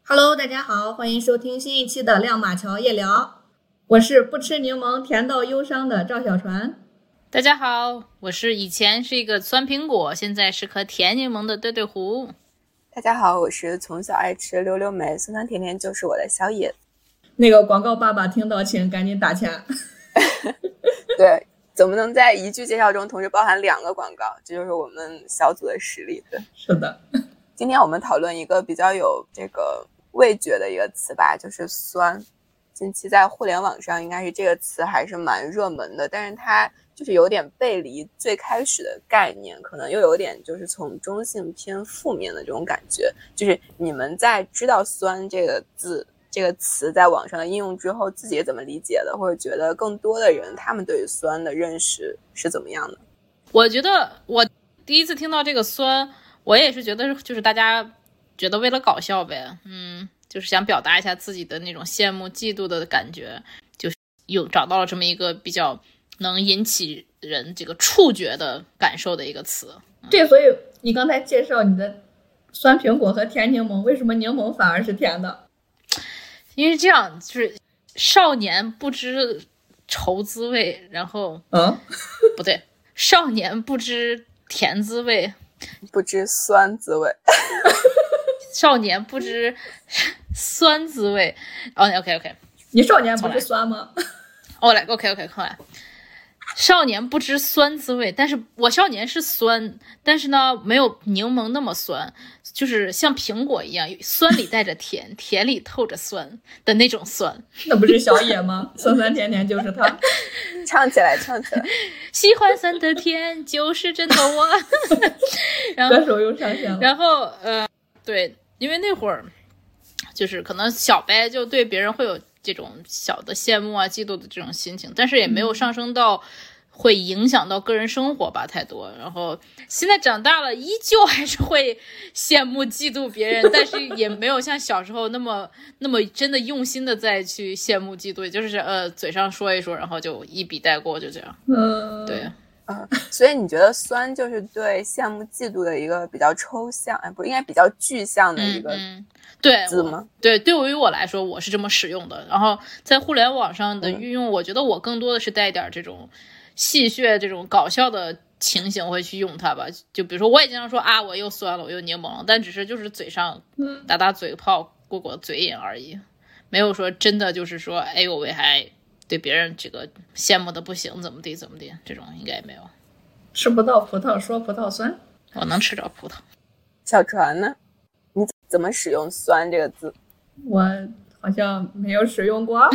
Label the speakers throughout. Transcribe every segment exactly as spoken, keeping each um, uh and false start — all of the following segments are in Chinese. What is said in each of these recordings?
Speaker 1: Hello， 大家好，欢迎收听新一期的亮马桥夜聊，我是不吃柠檬甜到忧伤的赵小船。
Speaker 2: 大家好，我是以前是一个酸苹果，现在是颗甜柠檬的对对胡。
Speaker 3: 大家好，我是从小爱吃溜溜梅，酸酸甜甜就是我的小野。
Speaker 1: 那个广告爸爸听到请赶紧打钱。
Speaker 3: 对，总不能在一句介绍中同时包含两个广告，这就是我们小组的实力。对，
Speaker 1: 是的。
Speaker 3: 今天我们讨论一个比较有这个味觉的一个词吧，就是酸。近期在互联网上应该是这个词还是蛮热门的，但是它就是有点背离最开始的概念，可能又有点就是从中性偏负面的这种感觉。就是你们在知道酸这个字这个词在网上的应用之后，自己怎么理解的，或者觉得更多的人他们对于酸的认识是怎么样的？
Speaker 2: 我觉得我第一次听到这个酸，我也是觉得就是大家觉得为了搞笑呗，嗯，就是想表达一下自己的那种羡慕嫉妒的感觉，就有找到了这么一个比较能引起人这个触觉的感受的一个词。
Speaker 1: 对，所以你刚才介绍你的酸苹果和甜柠檬，为什么柠檬反而是甜的？
Speaker 2: 因为这样就是少年不知愁滋味，然后
Speaker 1: 嗯，
Speaker 2: 不对，少年不知甜滋味，
Speaker 3: 不知酸滋味。
Speaker 2: 少年不知酸滋味。哦 ，OK OK，
Speaker 1: 你少年不是酸吗？
Speaker 2: 我来 OK OK， 后来少年不知酸滋味，但是我少年是酸，但是呢没有柠檬那么酸，就是像苹果一样，酸里带着甜，甜里透着酸的那种酸。
Speaker 1: 那不是小野吗？酸酸甜甜就是他。
Speaker 3: 唱起来，唱起来。
Speaker 2: 喜欢酸的甜就是真的我。然后
Speaker 1: 歌手又上线了。
Speaker 2: 然后呃，对，因为那会儿就是可能小呗，就对别人会有这种小的羡慕啊、嫉妒的这种心情，但是也没有上升到会影响到个人生活吧太多。然后现在长大了，依旧还是会羡慕嫉妒别人，但是也没有像小时候那么那么真的用心的再去羡慕嫉妒，也就是呃嘴上说一说，然后就一笔带过，就这样。
Speaker 1: 嗯，
Speaker 2: 对。
Speaker 3: 嗯，所以你觉得酸就是对羡慕嫉妒的一个比较抽象，哎，不应该比较具象的一个字吗？
Speaker 2: 嗯嗯、对，对，对于我来说，我是这么使用的。然后在互联网上的运用，嗯、我觉得我更多的是带点这种戏谑、这种搞笑的情形，我会去用它吧。就比如说，我也经常说啊，我又酸了，我又柠檬了，但只是就是嘴上打打嘴炮、过过嘴瘾而已，没有说真的就是说，哎呦喂，还对别人这个羡慕的不行，怎么地怎么地，这种应该也没有。
Speaker 1: 吃不到葡萄说葡萄酸，
Speaker 2: 我能吃着葡萄。
Speaker 3: 小船呢？你怎么使用酸这个字？
Speaker 1: 我好像没有使用过。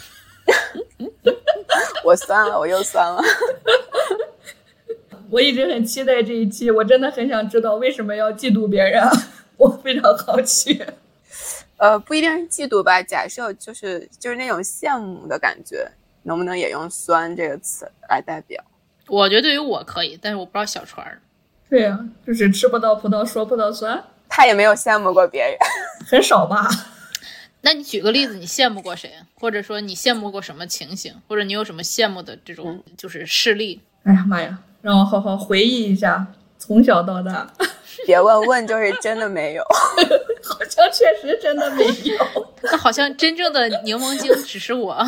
Speaker 3: 我酸了，我又酸了。
Speaker 1: 我一直很期待这一期，我真的很想知道为什么要嫉妒别人，我非常好奇。
Speaker 3: 呃，不一定是嫉妒吧，假设就是就是那种羡慕的感觉，能不能也用酸这个词来代表？
Speaker 2: 我觉得对于我可以，但是我不知道小船。
Speaker 1: 对呀、啊，就是吃不到葡萄说葡萄酸。
Speaker 3: 他也没有羡慕过别人。
Speaker 1: 很少吧。
Speaker 2: 那你举个例子，你羡慕过谁？或者说你羡慕过什么情形？或者你有什么羡慕的这种就是事例？
Speaker 1: 哎呀妈呀，让我好好回忆一下，从小到大。
Speaker 3: 别问问，就是真的没有。
Speaker 1: 好像确实真的没有。
Speaker 2: 那好像真正的柠檬精只是我。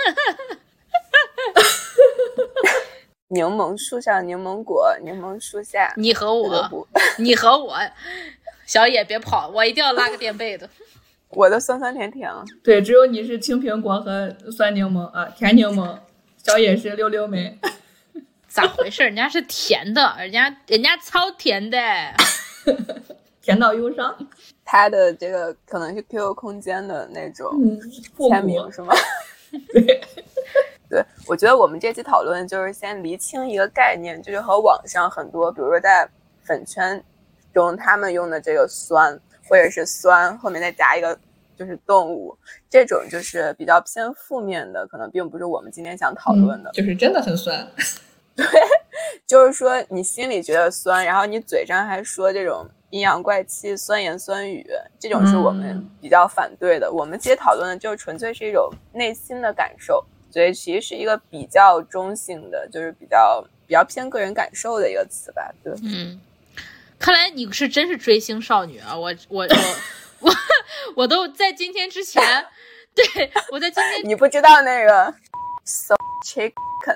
Speaker 3: 柠檬树上柠檬果，柠檬树下
Speaker 2: 你和我，你和我，小野别跑，我一定要拉个垫背的。
Speaker 3: 我都酸酸甜甜了。
Speaker 1: 对，只有你是青苹果和酸柠檬啊，甜柠檬，小野是溜溜梅。
Speaker 2: 咋回事？人家是甜的，人家人家超甜的。
Speaker 1: 甜到忧伤。
Speaker 3: 他的这个可能是 Q Q 空间的那种签名、嗯、是吗？
Speaker 1: 对。
Speaker 3: 对，我觉得我们这期讨论就是先厘清一个概念，就是和网上很多，比如说在粉圈中他们用的这个酸，或者是酸后面再加一个就是动物，这种就是比较偏负面的，可能并不是我们今天想讨论的、
Speaker 1: 嗯、就是真的很酸。
Speaker 3: 对，就是说你心里觉得酸，然后你嘴上还说这种阴阳怪气、酸言酸语，这种是我们比较反对的、嗯、我们其实讨论的就纯粹是一种内心的感受，所以其实是一个比较中性的，就是比较比较偏个人感受的一个词吧。对，
Speaker 2: 嗯，看来你是真是追星少女啊！我我我我我都在今天之前，对我在今天
Speaker 3: 你不知道那个 so chicken，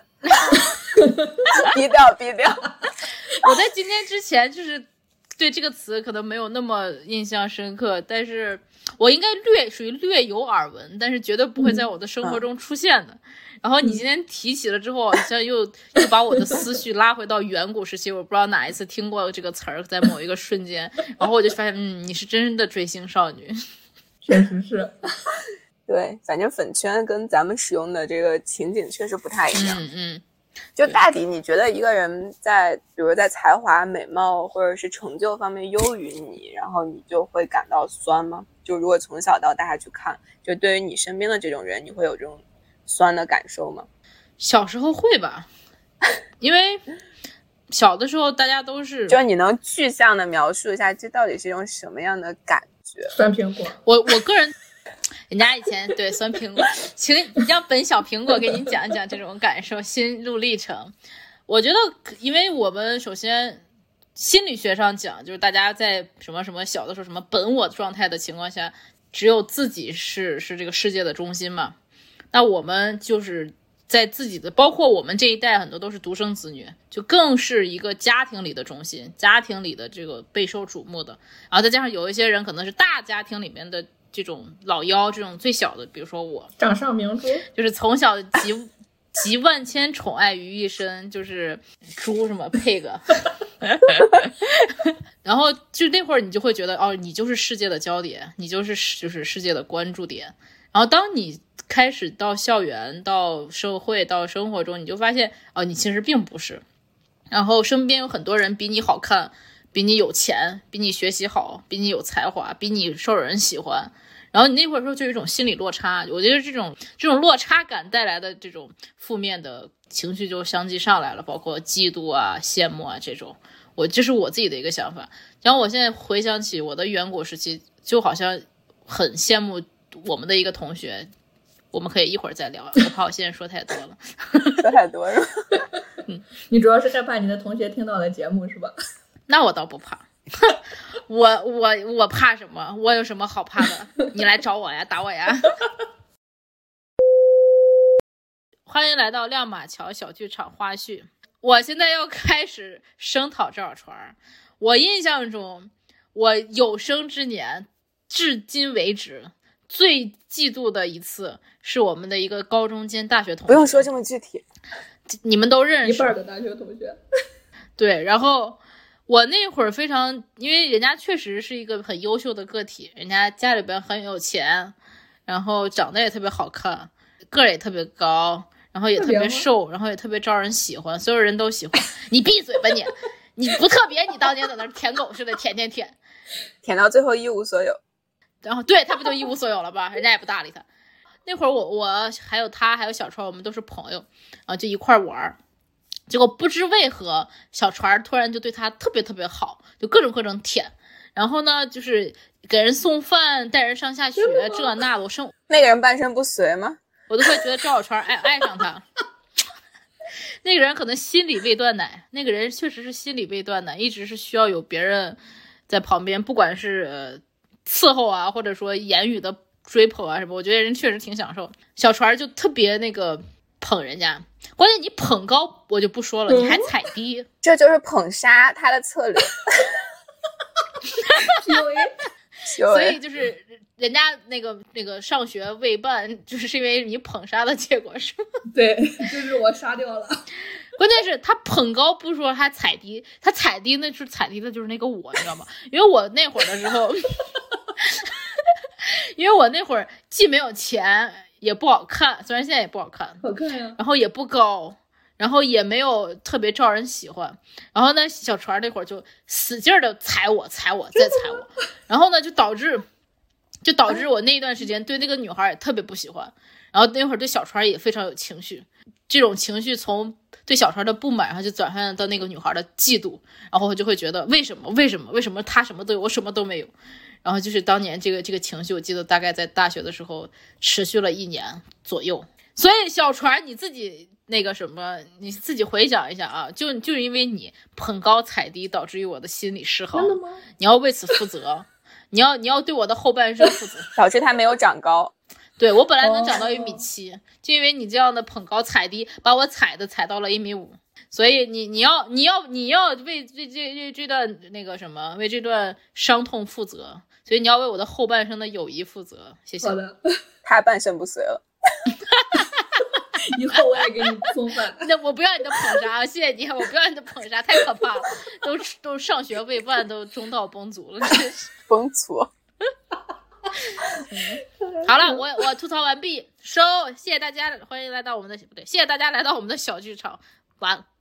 Speaker 3: 逼掉逼掉。
Speaker 2: 我在今天之前就是对这个词可能没有那么印象深刻，但是我应该略属于略有耳闻，但是绝对不会在我的生活中出现的。嗯嗯、然后你今天提起了之后，好像又又把我的思绪拉回到远古时期，我不知道哪一次听过这个词儿，在某一个瞬间，然后我就发现，嗯，你是真的追星少女，
Speaker 1: 确实是。
Speaker 3: 对，反正粉圈跟咱们使用的这个情景确实不太一样。
Speaker 2: 嗯嗯。
Speaker 3: 就大抵你觉得一个人在比如在才华美貌或者是成就方面优于你，然后你就会感到酸吗？就如果从小到大去看，就对于你身边的这种人，你会有这种酸的感受吗？
Speaker 2: 小时候会吧，因为小的时候大家都是，
Speaker 3: 就你能具象的描述一下这到底是一种什么样的感觉？
Speaker 1: 酸苹果。
Speaker 2: 我我个人人家以前对酸苹果，请让本小苹果给你讲一讲这种感受心路历程。我觉得因为我们首先心理学上讲，就是大家在什么什么小的时候什么本我状态的情况下，只有自己是是这个世界的中心嘛。那我们就是在自己的，包括我们这一代很多都是独生子女，就更是一个家庭里的中心，家庭里的这个备受瞩目的。然后再加上有一些人可能是大家庭里面的这种老幺，这种最小的，比如说我
Speaker 1: 掌上明珠，
Speaker 2: 就是从小集集万千宠爱于一身，就是猪什么配个然后就那会儿你就会觉得哦，你就是世界的焦点，你就是就是世界的关注点。然后当你开始到校园到社会到生活中，你就发现哦，你其实并不是。然后身边有很多人比你好看，比你有钱，比你学习好，比你有才华，比你受人喜欢。然后你那会儿时候就有一种心理落差，我觉得这种这种落差感带来的这种负面的情绪就相继上来了，包括嫉妒啊、羡慕啊这种。我这是我自己的一个想法。然后我现在回想起我的远古时期，就好像很羡慕我们的一个同学，我们可以一会儿再聊，我怕我现在说太多了。
Speaker 3: 说太多了。
Speaker 1: 嗯，你主要是害怕你的同学听到了节目是吧？
Speaker 2: 那我倒不怕。我我我怕什么？我有什么好怕的？你来找我呀，打我呀！欢迎来到亮马桥小剧场花絮。我现在要开始声讨赵小川。我印象中，我有生之年至今为止最嫉妒的一次，是我们的一个高中兼大学同学。
Speaker 3: 不用说这么具体，
Speaker 2: 你们都认识
Speaker 1: 一半的大学同学。
Speaker 2: 对，然后。我那会儿非常，因为人家确实是一个很优秀的个体，人家家里边很有钱，然后长得也特别好看，个儿也特别高，然后也特别瘦，然后也特别招人喜欢，所有人都喜欢。你闭嘴吧你！你不特别，你当年在那舔狗似的舔舔舔，
Speaker 3: 舔到最后一无所有。
Speaker 2: 然后对他不就一无所有了吧？人家也不搭理他。那会儿我我还有他还有小川，我们都是朋友啊，就一块玩。结果不知为何，小船突然就对他特别特别好，就各种各种舔。然后呢，就是给人送饭，带人上下学，这那的。我生
Speaker 3: 那个人半身不遂吗？
Speaker 2: 我都会觉得赵小川爱爱上他。那个人可能心理未断奶，那个人确实是心理未断奶，一直是需要有别人在旁边，不管是、呃、伺候啊，或者说言语的追捧啊什么，我觉得人确实挺享受。小船就特别那个捧人家。关键你捧高我就不说了，你还踩低、嗯、
Speaker 3: 这就是捧杀他的策略。
Speaker 2: 所以就是人家那个那个上学未办，就是因为你捧杀的结果是吗？
Speaker 1: 对，就是我杀掉了。
Speaker 2: 关键是他捧高不说，他踩低，他踩低那是踩低的就是那个我，你知道吗？因为我那会儿的时候因为我那会儿既没有钱也不好看，虽然现在也不好看，
Speaker 1: 好看呀，
Speaker 2: 然后也不高，然后也没有特别招人喜欢。然后呢，小船那会儿就使劲的踩我，踩我，再踩我，然后呢，就导致，就导致我那一段时间对那个女孩也特别不喜欢。然后那会儿对小船也非常有情绪，这种情绪从对小船的不满，然后就转换到那个女孩的嫉妒，然后我就会觉得为什么，为什么，为什么她什么都有，我什么都没有。然后就是当年这个这个情绪，我记得大概在大学的时候持续了一年左右。所以小船你自己那个什么，你自己回想一下啊，就就是因为你捧高踩低，导致于我的心理失衡。
Speaker 1: 真的吗？
Speaker 2: 你要为此负责。 你要你要对我的后半生负责，
Speaker 3: 导致他没有长高。
Speaker 2: 对，我本来能长到一米七、哦，就因为你这样的捧高踩低，把我踩的踩到了一米五，所以你你要你要你要为这这这这段那个什么，为这段伤痛负责，所以你要为我的后半生的友谊负责。谢谢。
Speaker 1: 好的，
Speaker 3: 他半身不遂了。
Speaker 1: 以后我也给你送饭。
Speaker 2: 那我不要你的捧杀，谢谢你，我不要你的捧杀，太可怕了，都都上学未半，都中道崩殂了，真是
Speaker 3: 崩殂。
Speaker 2: 嗯、好了，我我吐槽完毕，收，谢谢大家，欢迎来到我们的不对，谢谢大家来到我们的小剧场，完了。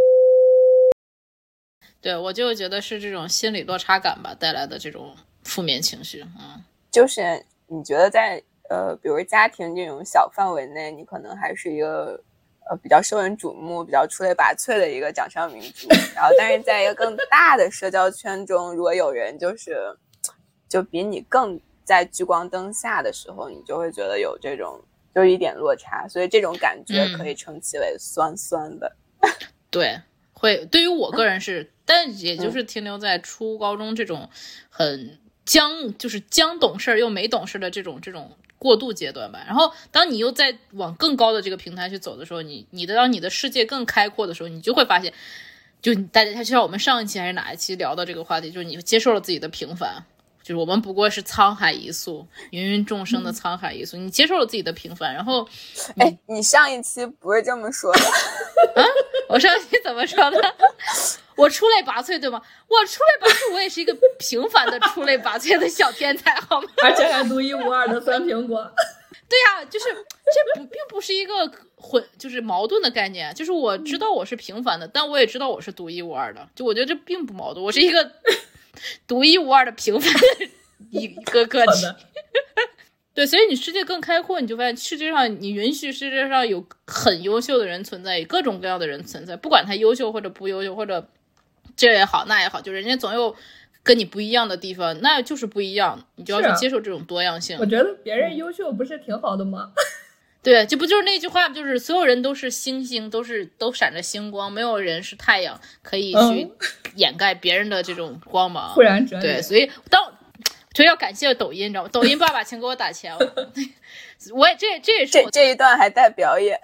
Speaker 2: 对，我就觉得是这种心理落差感吧带来的这种负面情绪，嗯，
Speaker 3: 就是你觉得在呃，比如家庭这种小范围内，你可能还是一个呃比较受人瞩目、比较出类拔萃的一个掌上明珠，然后但是在一个更大的社交圈中，如果有人就是就比你更在聚光灯下的时候，你就会觉得有这种就是一点落差，所以这种感觉可以称其为酸酸的。
Speaker 2: 嗯、对，会对于我个人是，但也就是停留在初高中这种很将就是将懂事又没懂事的这种这种过渡阶段吧。然后当你又在往更高的这个平台去走的时候，你你的当你的世界更开阔的时候，你就会发现，就大家就像我们上一期还是哪一期聊的这个话题，就是你接受了自己的平凡。就是我们不过是沧海一粟，芸芸众生的沧海一粟、嗯、你接受了自己的平凡，然后
Speaker 3: 哎，你上一期不是这么说的
Speaker 2: 啊？我上一期怎么说的？我出类拔萃对吗？我出类拔萃，我也是一个平凡的出类拔萃的小天才好吗？
Speaker 1: 而且还独一无二的酸苹果。
Speaker 2: 对呀、啊，就是这不并不是一个混就是矛盾的概念，就是我知道我是平凡的，但我也知道我是独一无二的，就我觉得这并不矛盾，我是一个独一无二的平凡的一个个体。对，所以你世界更开阔，你就发现世界上你允许世界上有很优秀的人存在，各种各样的人存在，不管他优秀或者不优秀，或者这也好那也好，就人家总有跟你不一样的地方，那就是不一样，你就要去接受这种多样性。
Speaker 1: 我觉得别人优秀不是挺好的吗？
Speaker 2: 对，这不就是那句话，就是所有人都是星星，都是都闪着星光，没有人是太阳可以去掩盖别人的这种光芒。
Speaker 1: 忽然哲理。
Speaker 2: 对，所以当所以要感谢抖音，你知道吗？抖音爸爸请给我打钱，我也这这也是
Speaker 3: 我 这, 这一段还带表演，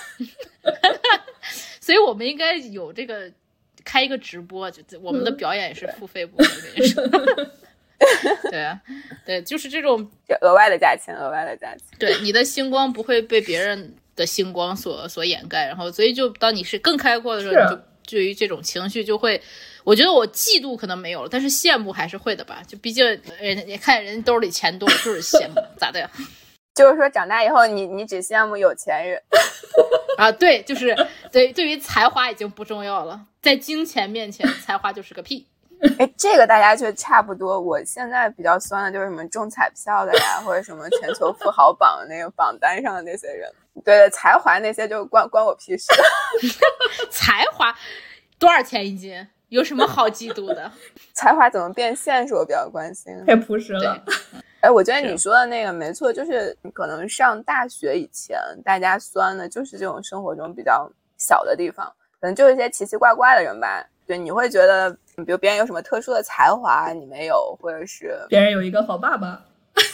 Speaker 2: 所以我们应该有这个开一个直播，就我们的表演也是付费部分，跟你说。对啊，对，就是这种
Speaker 3: 就额外的价钱，额外的价钱。
Speaker 2: 对，你的星光不会被别人的星光所所掩盖，然后所以就当你是更开阔的时候，你就对于这种情绪就会，我觉得我嫉妒可能没有了，但是羡慕还是会的吧。就毕竟人家你看人兜里钱多，就是羡慕，咋的呀？
Speaker 3: 就是说长大以后你，你你只羡慕有钱人
Speaker 2: 啊？对，就是对，对于才华已经不重要了，在金钱面前，才华就是个屁。
Speaker 3: 哎，这个大家就差不多。我现在比较酸的就是什么中彩票的呀，或者什么全球富豪榜的那个榜单上的那些人。对对，才华那些就关关我屁事。
Speaker 2: 才华多少钱一斤？有什么好嫉妒的？
Speaker 3: 才华怎么变现是我比较关心。
Speaker 1: 太朴实了。
Speaker 3: 哎，我觉得你说的那个没错，就是可能上大学以前，大家酸的就是这种生活中比较小的地方，可能就是一些奇奇怪怪的人吧。对，你会觉得，比如别人有什么特殊的才华，你没有，或者是
Speaker 1: 别人有一个好爸爸，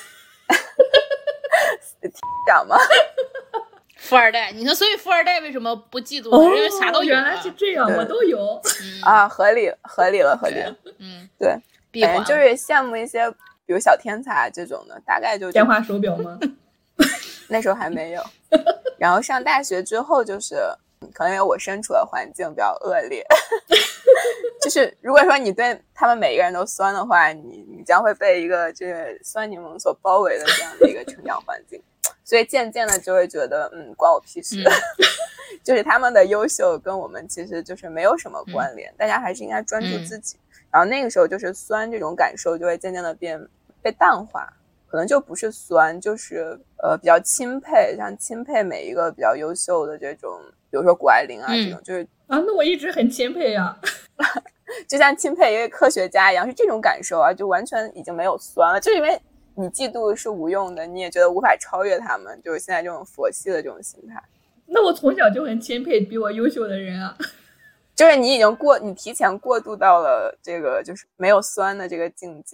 Speaker 3: 长吗？
Speaker 2: 富二代，你说，所以富二代为什么不嫉妒？因为啥都有、
Speaker 1: 啊。原来是这样，我都有。
Speaker 2: 嗯、
Speaker 3: 啊，合理，合理了，合理了。
Speaker 2: 嗯，
Speaker 3: 对，反正就是羡慕一些，比如小天才这种的，大概就
Speaker 1: 电话手表吗？
Speaker 3: 那时候还没有。然后上大学之后就是。可能因为我身处的环境比较恶劣，就是如果说你对他们每一个人都酸的话，你你将会被一个这个酸柠檬所包围的这样的一个成长环境，所以渐渐的就会觉得，嗯，关我屁事，嗯、就是他们的优秀跟我们其实就是没有什么关联，嗯、大家还是应该专注自己。嗯、然后那个时候就是酸这种感受就会渐渐的变被淡化。可能就不是酸，就是呃比较钦佩，像钦佩每一个比较优秀的这种，比如说谷爱凌啊、嗯、这种，就是
Speaker 1: 啊，那我一直很钦佩呀、
Speaker 3: 啊，就像钦佩一位科学家一样，是这种感受啊，就完全已经没有酸了，就是因为你嫉妒是无用的，你也觉得无法超越他们，就是现在这种佛系的这种心态。
Speaker 1: 那我从小就很钦佩比我优秀的人啊，
Speaker 3: 就是你已经过，你提前过渡到了这个就是没有酸的这个境界。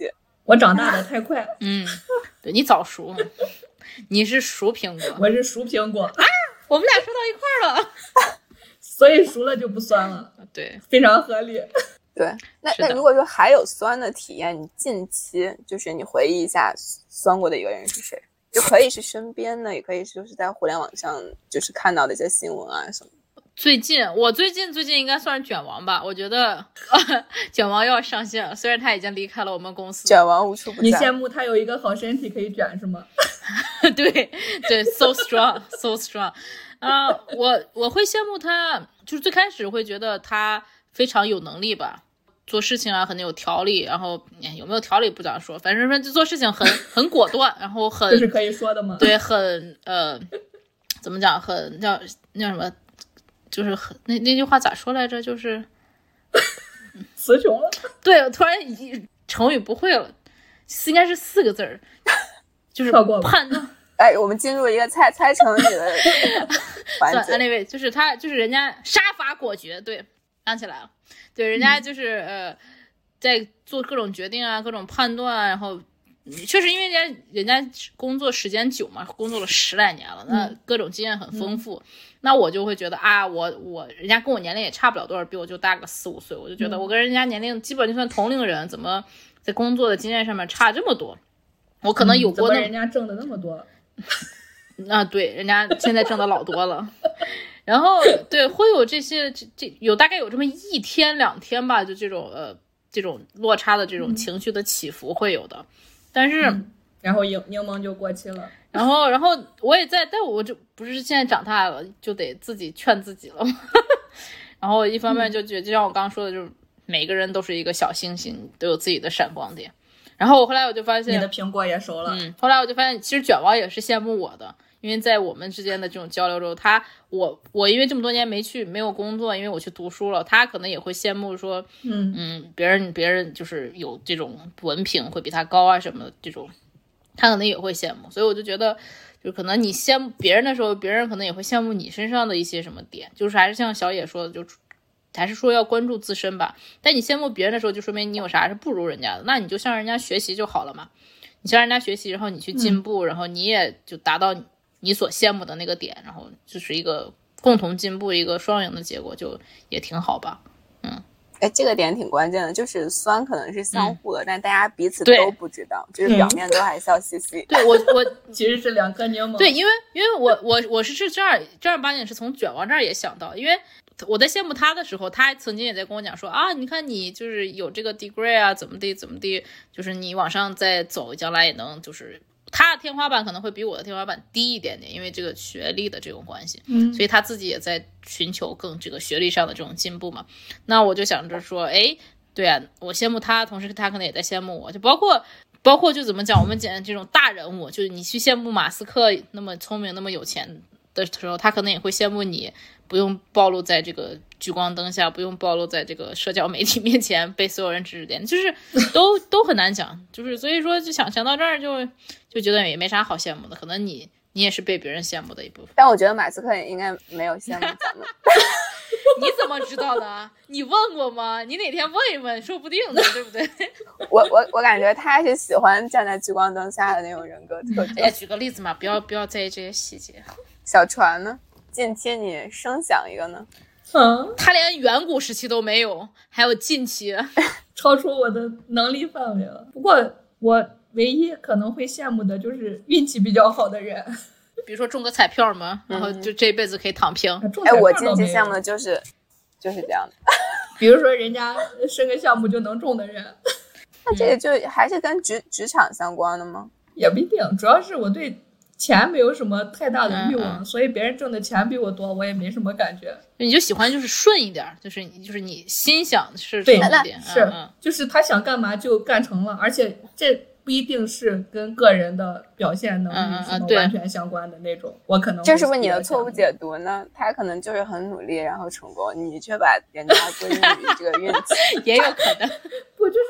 Speaker 1: 我长大的太快。
Speaker 2: 嗯，对你早熟，你是熟苹果，
Speaker 1: 我是熟苹果啊，
Speaker 2: 我们俩说到一块儿了，
Speaker 1: 所以熟了就不酸了。
Speaker 2: 对，
Speaker 1: 非常合理。
Speaker 3: 对，那那如果说还有酸的体验，你近期就是你回忆一下酸过的一个人是谁？就可以是身边的，也可以是就是在互联网上就是看到的一些新闻啊什么。
Speaker 2: 最近我最近最近应该算是卷王吧，我觉得、呃、卷王要上线了，虽然他已经离开了我们公司。
Speaker 3: 卷王无处不在。
Speaker 1: 你羡慕他有一个好身体可以卷是吗？
Speaker 2: 对对 ，so strong so strong。啊、呃，我我会羡慕他，就是最开始会觉得他非常有能力吧，做事情啊很有条理，然后有没有条理不咋说，反正说就做事情很很果断，然后很
Speaker 1: 这是可以说的吗？
Speaker 2: 对，很呃，怎么讲，很叫叫什么？就是很那那句话咋说来着？就是
Speaker 1: 词穷了。
Speaker 2: 对，我突然成语不会了，应该是四个字儿，就是判断。
Speaker 3: 哎，我们进入一个猜猜成语的环节。
Speaker 2: 那位就是他，就是人家杀伐果决，对，想起来了，对，人家就是、嗯、呃，在做各种决定啊，各种判断啊，然后。确实因为人家人家工作时间久嘛，工作了十来年了，那各种经验很丰富、嗯、那我就会觉得啊，我我人家跟我年龄也差不了多少，比我就大个四五岁，我就觉得我跟人家年龄基本就算同龄人，怎么在工作的经验上面差这么多？我可能有过那、
Speaker 1: 嗯、人家挣的那么多
Speaker 2: 啊，对，人家现在挣的老多了然后对，会有这些这这有大概有这么一天两天吧，就这种呃这种落差的这种情绪的起伏会有的。但是、
Speaker 1: 嗯，然后柠柠檬就过期了。
Speaker 2: 然后，然后我也在，但我就不是现在长大了，就得自己劝自己了嘛。然后一方面就觉得，就像我刚刚说的，就是每个人都是一个小星星，都有自己的闪光点。然后我后来我就发现，
Speaker 1: 你的苹果也熟了。
Speaker 2: 嗯，后来我就发现，其实卷王也是羡慕我的，因为在我们之间的这种交流中，他我我因为这么多年没去没有工作，因为我去读书了，他可能也会羡慕说，
Speaker 1: 嗯
Speaker 2: 嗯，别人别人就是有这种文凭会比他高啊什么的这种，他可能也会羡慕，所以我就觉得，就可能你羡慕别人的时候，别人可能也会羡慕你身上的一些什么点，就是还是像小野说的，就还是说要关注自身吧。但你羡慕别人的时候，就说明你有啥是不如人家的，那你就向人家学习就好了嘛。你向人家学习，然后你去进步，嗯、然后你也就达到你所羡慕的那个点，然后就是一个共同进步，一个双赢的结果，就也挺好吧。嗯，
Speaker 3: 哎，这个点挺关键的，就是酸可能是相互的，嗯、但大家彼此都不知道，就是表面都还笑嘻嘻。
Speaker 2: 对我我
Speaker 1: 其实是两颗柠檬。
Speaker 2: 对，因为因为我我我是是正儿正儿八经是从卷王这儿也想到，因为。我在羡慕他的时候，他曾经也在跟我讲说啊，你看你就是有这个 degree 啊，怎么地怎么地，就是你往上再走，将来也能就是他的天花板可能会比我的天花板低一点点，因为这个学历的这种关系，
Speaker 1: 嗯，
Speaker 2: 所以他自己也在寻求更这个学历上的这种进步嘛。那我就想着说，哎，对啊，我羡慕他，同时他可能也在羡慕我，就包括包括就怎么讲，我们讲这种大人物，就是你去羡慕马斯克那么聪明那么有钱的时候，他可能也会羡慕你不用暴露在这个聚光灯下，不用暴露在这个社交媒体面前被所有人指指点，就是都都很难讲，就是所以说就想想到这儿就就觉得也没啥好羡慕的，可能你你也是被别人羡慕的一部分。
Speaker 3: 但我觉得马斯克也应该没有羡慕咱们。
Speaker 2: 你怎么知道的？你问过吗？你哪天问一问，说不定的，对不对？
Speaker 3: 我我我感觉他是喜欢站在聚光灯下的那种人格特质。
Speaker 2: 哎，举个例子嘛，不要不要在意这些细节。
Speaker 3: 小船呢？近期你生想一个呢？
Speaker 1: 嗯，
Speaker 2: 他连远古时期都没有，还有近期，
Speaker 1: 超出我的能力范围了。不过我唯一可能会羡慕的就是运气比较好的人，
Speaker 2: 比如说中个彩票嘛，然后就这辈子可以躺平。
Speaker 3: 哎、嗯，我近期羡慕的就是就是这样的。
Speaker 1: 比如说人家申个项目就能中的人，
Speaker 3: 那这个就还是跟职职场相关的吗？
Speaker 1: 也不一定，主要是我对钱没有什么太大的欲望，
Speaker 2: 嗯嗯，
Speaker 1: 所以别人挣的钱比我多，我也没什么感觉。
Speaker 2: 你就喜欢就是顺一点，就是就是你心想是
Speaker 1: 对
Speaker 2: 一点，
Speaker 1: 是、
Speaker 2: 嗯、
Speaker 1: 就是他想干嘛就干成了，而且这不一定是跟个人的表现能力什么完全相关的那种。嗯嗯、我可能
Speaker 3: 这是不是你的错误解读呢？他可能就是很努力然后成功，你却把人家归因于这个运气，
Speaker 2: 也有可能。
Speaker 1: 不就是？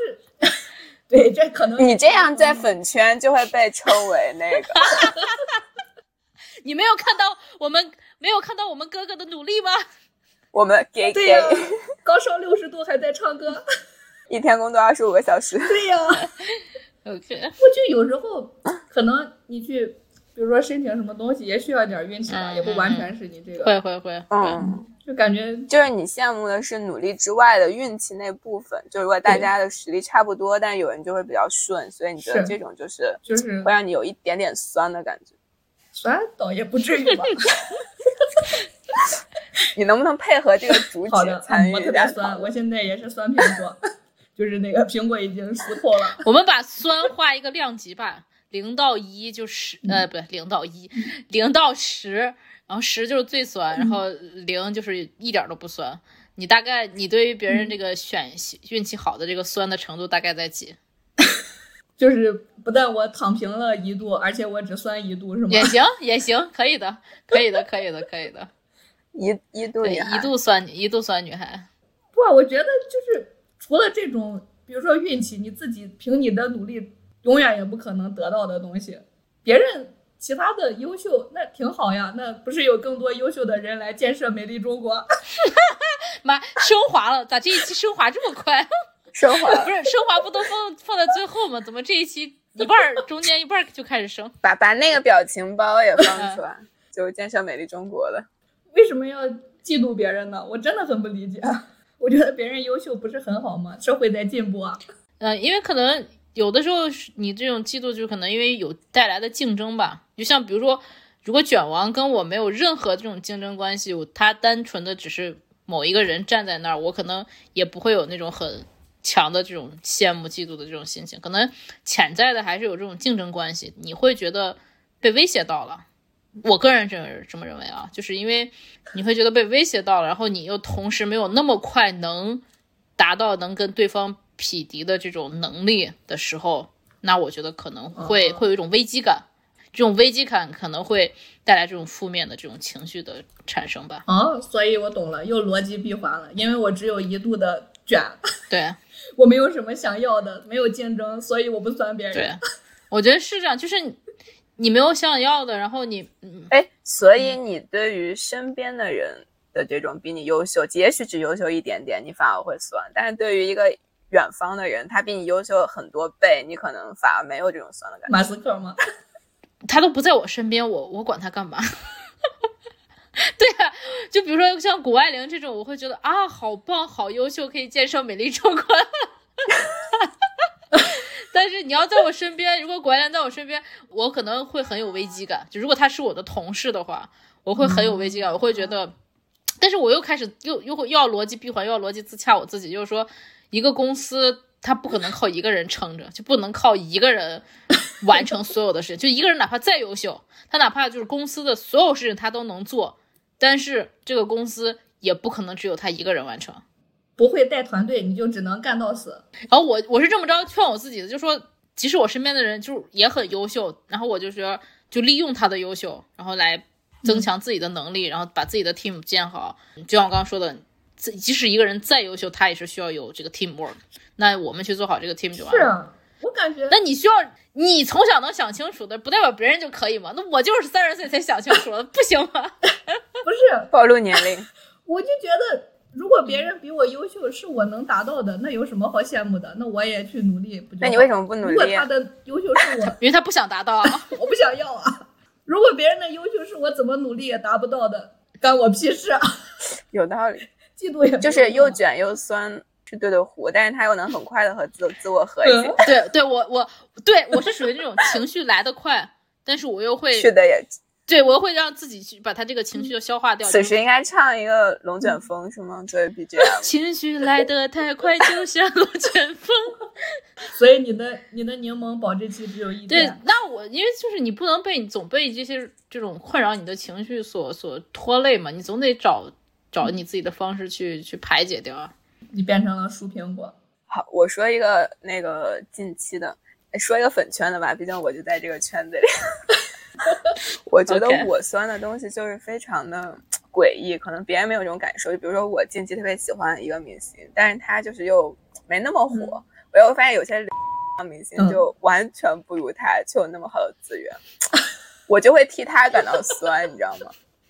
Speaker 1: 对，这可能
Speaker 3: 你这样在粉圈就会被称为那个。
Speaker 2: 你没有看到我们没有看到我们哥哥的努力吗？
Speaker 3: 我们给
Speaker 1: 对呀、啊，高烧六十度还在唱歌，
Speaker 3: 一天工作二十五个小时。
Speaker 1: 对呀、啊，
Speaker 2: OK，
Speaker 1: 我就有时候可能你去，比如说申请什么东西，也需要点运气吧，
Speaker 2: 嗯、
Speaker 1: 也不完全是你这个。
Speaker 2: 会会会，
Speaker 3: 嗯，
Speaker 1: 就感觉
Speaker 3: 就是你羡慕的是努力之外的运气那部分。就如果大家的实力差不多，但有人就会比较顺，所以你觉得这种就是
Speaker 1: 就是
Speaker 3: 会让你有一点点酸的感觉。
Speaker 1: 酸倒也不至于吧。
Speaker 3: 你能不能配合这个主角参与？
Speaker 1: 我特别酸，我现在也是酸苹果，就是那个苹果已经撕破了。
Speaker 2: 我们把酸画一个量级吧，零到一就十，呃，不对，零到一，零到十，然后十就是最酸，然后零就是一点都不酸。你大概你对于别人这个选运气好的这个酸的程度大概在几？
Speaker 1: 就是不但我躺平了一度，而且我只酸一度，是吗？
Speaker 2: 也行，也行，可以的，可以的，可以的，可以的。
Speaker 3: 一一度女孩，
Speaker 2: 一度酸，一度酸女孩。
Speaker 1: 不，我觉得就是除了这种，比如说运气，你自己凭你的努力永远也不可能得到的东西，别人其他的优秀那挺好呀，那不是有更多优秀的人来建设美丽中国？
Speaker 2: 妈，升华了，咋这一期升华这么快？
Speaker 3: 升华
Speaker 2: 不是升华不都放放在最后吗？怎么这一期一半中间一半就开始升？
Speaker 3: 把把那个表情包也放出来，就是建设美丽中国的。
Speaker 1: 为什么要嫉妒别人呢？我真的很不理解。我觉得别人优秀不是很好吗？社会在进步啊。
Speaker 2: 嗯、呃，因为可能有的时候你这种嫉妒就可能因为有带来的竞争吧。就像比如说，如果卷王跟我没有任何这种竞争关系，他单纯的只是某一个人站在那儿，我可能也不会有那种很强的这种羡慕嫉妒的这种心情。可能潜在的还是有这种竞争关系，你会觉得被威胁到了。我个人这这么认为啊，就是因为你会觉得被威胁到了，然后你又同时没有那么快能达到能跟对方匹敌的这种能力的时候，那我觉得可能会会有一种危机感，这种危机感可能会带来这种负面的这种情绪的产生吧。
Speaker 1: 哦，所以我懂了，又逻辑闭环了，因为我只有一度的卷，
Speaker 2: 对，
Speaker 1: 我没有什么想要的，没有竞争，所以我不酸别人。
Speaker 2: 对，我觉得是这样，就是你没有想要的，然后你，
Speaker 3: 哎，所以你对于身边的人的这种比你优秀，也许只优秀一点点，你反而会酸；但是对于一个远方的人，他比你优秀很多倍，你可能反而没有这种酸的感觉。
Speaker 1: 马斯克吗？
Speaker 2: 他都不在我身边，我我管他干嘛？对啊，就比如说像谷爱凌这种，我会觉得啊，好棒，好优秀，可以建设美丽中国。但是你要在我身边，如果谷爱凌在我身边，我可能会很有危机感。就如果他是我的同事的话，我会很有危机感，我会觉得，但是我又开始又又又要逻辑闭环，又要逻辑自洽我自己，就是说，一个公司它不可能靠一个人撑着，就不能靠一个人完成所有的事情。就一个人哪怕再优秀，他哪怕就是公司的所有事情他都能做，但是这个公司也不可能只有他一个人完成。
Speaker 1: 不会带团队，你就只能干到死。
Speaker 2: 然后我我是这么着劝我自己的，就说即使我身边的人就也很优秀，然后我就说就利用他的优秀，然后来增强自己的能力，嗯、然后把自己的 team 建好。就像我刚刚说的，即使一个人再优秀，他也是需要有这个 teamwork。那我们去做好这个 team 就完了。
Speaker 1: 是啊，我感觉。
Speaker 2: 那你需要你从小能想清楚的，不代表别人就可以吗？那我就是三十岁才想清楚的，不行吗？
Speaker 1: 不是
Speaker 3: 暴露年龄，
Speaker 1: 我就觉得。如果别人比我优秀，是我能达到的，那有什么好羡慕的？那我也去努力，不就好？
Speaker 3: 那你为什么不努力？
Speaker 1: 如果他的优秀是我，
Speaker 2: 因为他不想达到啊，
Speaker 1: 我不想要啊。如果别人的优秀是我怎么努力也达不到的，干我屁事啊！
Speaker 3: 有道理，
Speaker 1: 嫉妒也
Speaker 3: 就是又卷又酸，是对对糊，但是他又能很快的和自自我和解。
Speaker 2: 嗯、对对，我我对我是属于那种情绪来得快，但是我又会
Speaker 3: 去的也。
Speaker 2: 对，我会让自己去把他这个情绪消化掉。
Speaker 3: 此时应该唱一个龙卷风、嗯、是吗？作为 B G M。
Speaker 2: 情绪来得太快，就像龙卷风。
Speaker 1: 所以你的你的柠檬保质期只有一
Speaker 2: 天。对，那我因为就是你不能被你总被这些这种困扰你的情绪所所拖累嘛，你总得找找你自己的方式去去排解掉。
Speaker 1: 你变成了熟苹果。
Speaker 3: 好，我说一个那个近期的，说一个粉圈的吧，毕竟我就在这个圈子里。我觉得我酸的东西就是非常的诡异，可能别人没有这种感受。就比如说我近期特别喜欢一个明星，但是他就是又没那么火，嗯、我又发现有些明星就完全不如他，却有那么好的资源，嗯、我就会替他感到酸，你知道吗？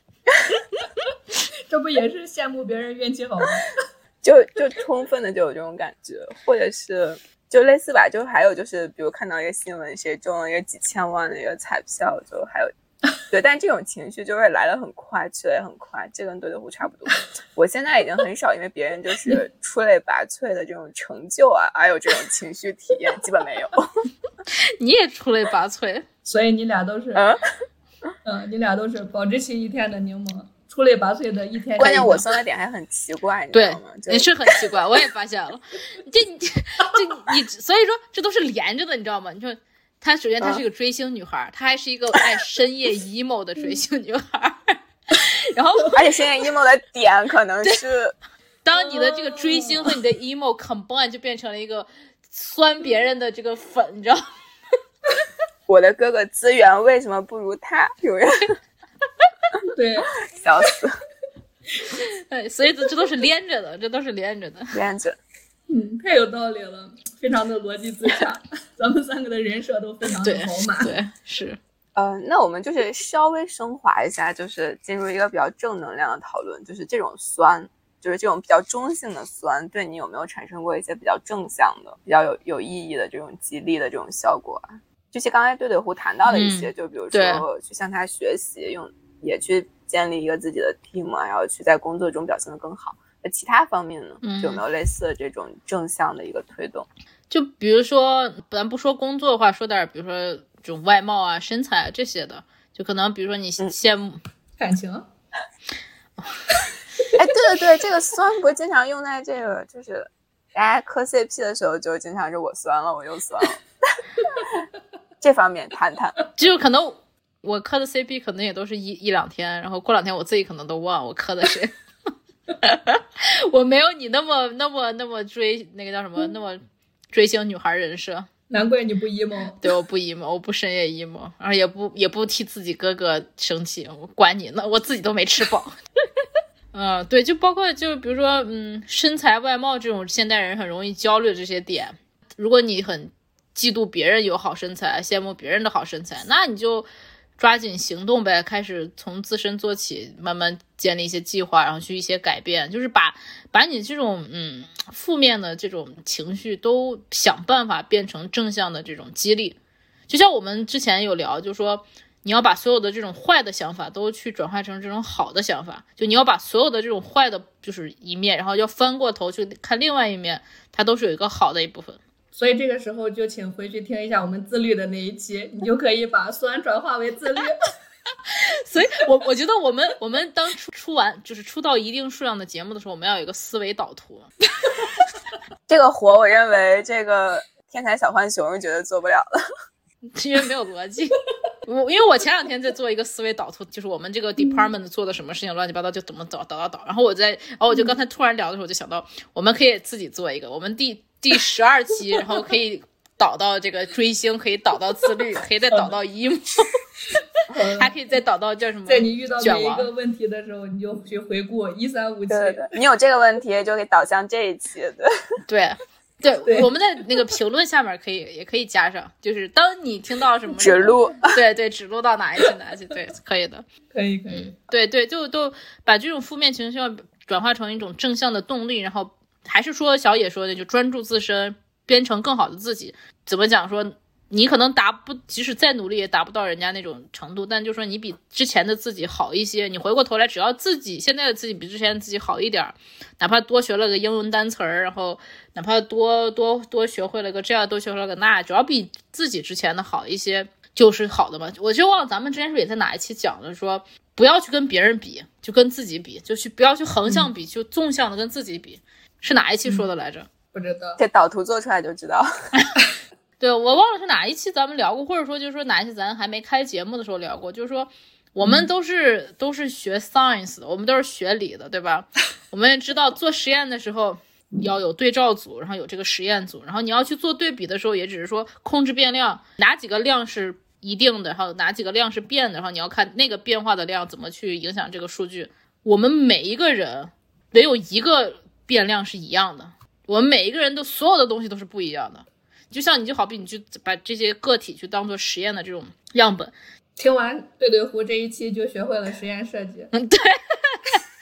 Speaker 1: 这不也是羡慕别人运气好吗？
Speaker 3: 就就充分的就有这种感觉，或者是就类似吧。就还有就是比如看到一个新闻谁中了一个几千万的一个彩票，就还有对，但这种情绪就会来得很快，去得也很快，这跟对对胡差不多。我现在已经很少因为别人就是出类拔萃的这种成就啊而有这种情绪体验，基本没有。
Speaker 2: 你也出类拔萃，
Speaker 1: 所以你俩都是
Speaker 3: 嗯
Speaker 1: 嗯，你俩都是保质期一天的柠檬，出类拔萃的一天。
Speaker 3: 关键我酸的点还很奇怪，你知道吗？
Speaker 2: 也是很奇怪，我也发现了。这这你，所以说这都是连着的，你知道吗？你说她首先她是一个追星女孩，她、嗯、还是一个爱深夜 emo 的追星女孩，然后
Speaker 3: 而且深夜 emo 的点可能是，
Speaker 2: 当你的这个追星和你的 emo combine 就变成了一个酸别人的这个粉，你知道吗？
Speaker 3: 我的哥哥资源为什么不如他？有人
Speaker 1: 对，
Speaker 3: 笑死。
Speaker 2: 对，所以这这都是连着的，这都是连着的，
Speaker 3: 连着。
Speaker 1: 嗯，太有道理了，非常的逻辑自洽。咱们三个的人设都非常的饱满。
Speaker 2: 对，对是。
Speaker 3: 呃，那我们就是稍微升华一下，就是进入一个比较正能量的讨论，就是这种酸，就是这种比较中性的酸，对你有没有产生过一些比较正向的、比较有有意义的这种激励的这种效果啊？这些刚才对对胡谈到的一些，嗯、就比如说去向他学习，用也去建立一个自己的 team 啊，然后去在工作中表现得更好。那其他方面呢，就有没有类似的这种正向的一个推动？
Speaker 2: 嗯、就比如说，咱不说工作的话，说点比如说这种外貌啊、身材啊这些的，就可能比如说你羡慕、嗯、
Speaker 1: 感情。
Speaker 3: 哎，对对对，这个酸不是经常用在这个，就是大家磕 C P 的时候，就经常是我酸了，我又酸了。这方面谈谈，
Speaker 2: 就可能我磕的 C P 可能也都是一一两天，然后过两天我自己可能都忘我磕的谁。我没有你那么那么那么追那个叫什么那么追星女孩人设，
Speaker 1: 难怪你不 emo。
Speaker 2: 对，我不 emo， 我不深夜 emo， 然后也不也不替自己哥哥生气，我管你呢，我自己都没吃饱。嗯、呃，对，就包括就比如说嗯身材外貌这种现代人很容易焦虑的这些点，如果你很嫉妒别人有好身材，羡慕别人的好身材，那你就抓紧行动呗，开始从自身做起，慢慢建立一些计划，然后去一些改变，就是把把你这种嗯负面的这种情绪都想办法变成正向的这种激励。就像我们之前有聊，就是说你要把所有的这种坏的想法都去转化成这种好的想法，就你要把所有的这种坏的就是一面，然后要翻过头去看另外一面，它都是有一个好的一部分。
Speaker 1: 所以这个时候就请回去听一下我们自律的那一期，你就可以把酸转化为自律。
Speaker 2: 所以我我觉得我们我们当出出完就是出到一定数量的节目的时候，我们要有一个思维导图。
Speaker 3: 这个活我认为这个天才小浣熊是绝对做不了了，
Speaker 2: 因为没有逻辑。我因为我前两天在做一个思维导图，就是我们这个 department 做的什么事情乱七八糟就怎么导导导导，然后我在然后我就刚才突然聊的时候我就想到，我们可以自己做一个，我们第第十二期，然后可以导到这个追星，可以导到自律，可以再导到 emo， 还可以再导到叫什么？
Speaker 1: 在你遇到每一个问题的时候，你就去回顾一三五七。
Speaker 3: 对对，你有这个问题就可以导向这一期。
Speaker 2: 对对对，我们在那个评论下面可以也可以加上，就是当你听到什么
Speaker 3: 指路，
Speaker 2: 对对，指路到哪一期哪一期，对，可以的，
Speaker 1: 可以可以，
Speaker 2: 对对，就都把这种负面情绪要转化成一种正向的动力，然后。还是说小野说的，就专注自身，变成更好的自己。怎么讲说，你可能达不，即使再努力也达不到人家那种程度，但就说你比之前的自己好一些。你回过头来，只要自己现在的自己比之前的自己好一点，哪怕多学了个英文单词儿，然后哪怕多多多学会了个这样，多学会了个那，只要比自己之前的好一些，就是好的嘛。我就忘了咱们之前是也在哪一期讲的，说不要去跟别人比，就跟自己比，就去不要去横向比，嗯、就纵向的跟自己比。是哪一期说的来着？
Speaker 1: 嗯、不知道，
Speaker 3: 这导图做出来就知道。
Speaker 2: 对，我忘了是哪一期咱们聊过，或者说就是说哪一期咱还没开节目的时候聊过，就是说我们都是、嗯、都是学 science 的，我们都是学理的，对吧？我们也知道做实验的时候要有对照组，然后有这个实验组，然后你要去做对比的时候，也只是说控制变量，哪几个量是一定的，然后哪几个量是变的，然后你要看那个变化的量怎么去影响这个数据。我们每一个人没有一个变量是一样的，我们每一个人的所有的东西都是不一样的。就像你就好比你去把这些个体去当做实验的这种样本。
Speaker 1: 听完对对胡这一期就学会了实验设计。
Speaker 2: 嗯，对。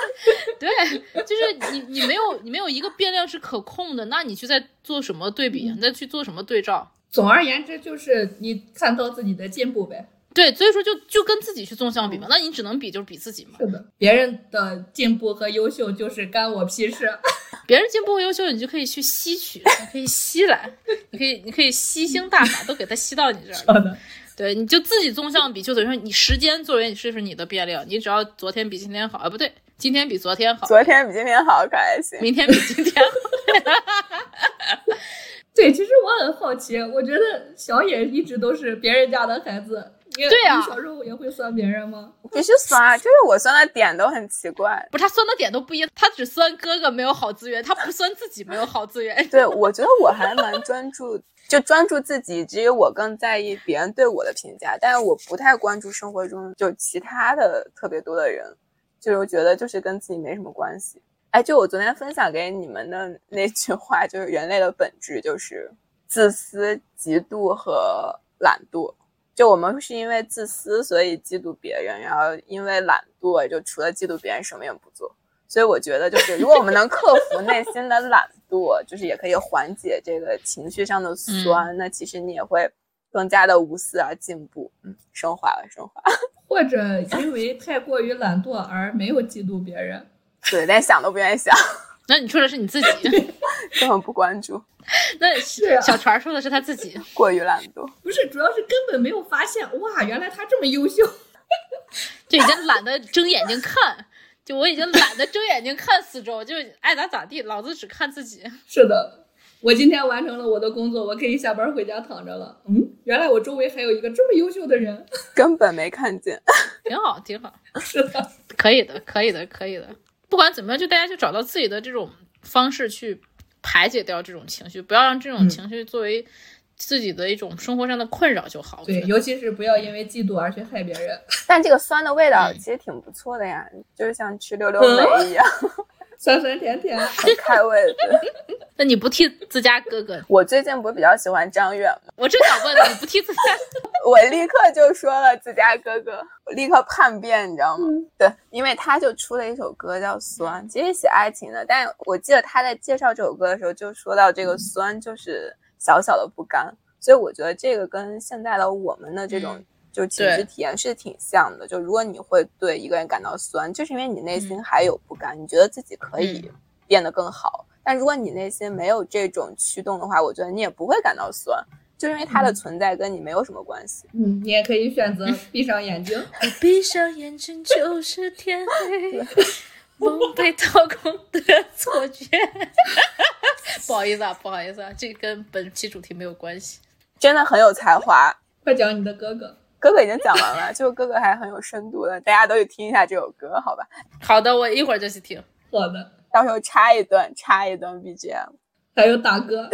Speaker 2: 对，就是你你没有你没有一个变量是可控的，那你去在做什么对比？你在去做什么对照？
Speaker 1: 总而言之，就是你看到自己的进步呗。
Speaker 2: 对，所以说就就跟自己去纵向比嘛，那你只能比就是比自己嘛。
Speaker 1: 是的，别人的进步和优秀就是干我屁事。
Speaker 2: 别人进步和优秀，你就可以去吸取，你可以吸来，你可以你可以吸星大法都给它吸到你这儿。
Speaker 1: 好的，
Speaker 2: 对，你就自己纵向比，就等于说你时间作为是是你的变量，你只要昨天比今天好，啊不对，今天比昨天好，
Speaker 3: 昨天比今天好可还行，
Speaker 2: 明天比今天好。
Speaker 1: 对，其实我很好奇，我觉得小野一直都是别人家的孩子。
Speaker 2: 对呀、啊，
Speaker 1: 你小时候也会酸别人吗？
Speaker 3: 必须酸啊！就是我酸的点都很奇怪。
Speaker 2: 不是他酸的点都不一样，他只酸哥哥没有好资源，他不酸自己没有好资源。
Speaker 3: 对，我觉得我还蛮专注，就专注自己，只有我更在意别人对我的评价，但是我不太关注生活中就其他的特别多的人，就是我觉得就是跟自己没什么关系。哎，就我昨天分享给你们的那句话，就是人类的本质就是自私、嫉妒和懒惰。就我们是因为自私所以嫉妒别人，然后因为懒惰就除了嫉妒别人什么也不做。所以我觉得就是如果我们能克服内心的懒惰，就是也可以缓解这个情绪上的酸、嗯、那其实你也会更加的无私而进步。嗯，升华了升华。
Speaker 1: 或者因为太过于懒惰而没有嫉妒别人。
Speaker 3: 对，连想都不愿意想。
Speaker 2: 那你说的是你自己，
Speaker 3: 根本不关注。
Speaker 2: 那是小船说的是他自己
Speaker 3: 过于懒惰。
Speaker 1: 不是，主要是根本没有发现，哇，原来他这么优秀。
Speaker 2: 就已经懒得睁眼睛看，就我已经懒得睁眼睛看四周，就爱咋咋地，老子只看自己。
Speaker 1: 是的，我今天完成了我的工作，我可以下班回家躺着了。嗯，原来我周围还有一个这么优秀的人，
Speaker 3: 根本没看见。
Speaker 2: 挺好挺好。
Speaker 1: 是的，
Speaker 2: 可以的可以的可以的。不管怎么样，就大家就找到自己的这种方式去排解掉这种情绪，不要让这种情绪作为自己的一种生活上的困扰就好。
Speaker 1: 对，尤其是不要因为嫉妒而去害别人。
Speaker 3: 但这个酸的味道其实挺不错的呀，嗯、就是像吃溜溜梅一样，嗯、
Speaker 1: 酸酸甜甜，
Speaker 3: 很开胃的。
Speaker 2: 那你不替自家哥哥？
Speaker 3: 我最近不是比较喜欢张远吗？
Speaker 2: 我正想问你不替自家，
Speaker 3: 我立刻就说了自家哥哥，我立刻叛变，你知道吗？嗯、对，因为他就出了一首歌叫《酸》，其实写爱情的，但我记得他在介绍这首歌的时候就说到这个酸就是小小的不甘，所以我觉得这个跟现在的我们的这种、嗯。就情绪体验是挺像的，就如果你会对一个人感到酸，就是因为你内心还有不甘、嗯、你觉得自己可以变得更好、嗯、但如果你内心没有这种驱动的话，我觉得你也不会感到酸，就因为它的存在跟你没有什么关系。
Speaker 1: 嗯，你也可以选择闭上眼睛。
Speaker 2: 我闭上眼睛就是天黑，梦被掏空的错觉。不好意思啊不好意思啊，这跟本期主题没有关系。
Speaker 3: 真的很有才华，
Speaker 1: 快讲你的哥哥。
Speaker 3: 哥哥已经讲完了，就哥哥还很有深度的，大家都去听一下这首歌，好吧？
Speaker 2: 好的，我一会儿就去听。
Speaker 1: 好的，
Speaker 3: 到时候插一段，插一段 B G M，
Speaker 1: 还有大哥。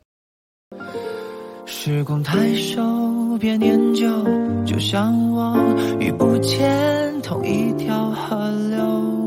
Speaker 4: 时光太瘦，别念旧，就像我遇不见同一条河流。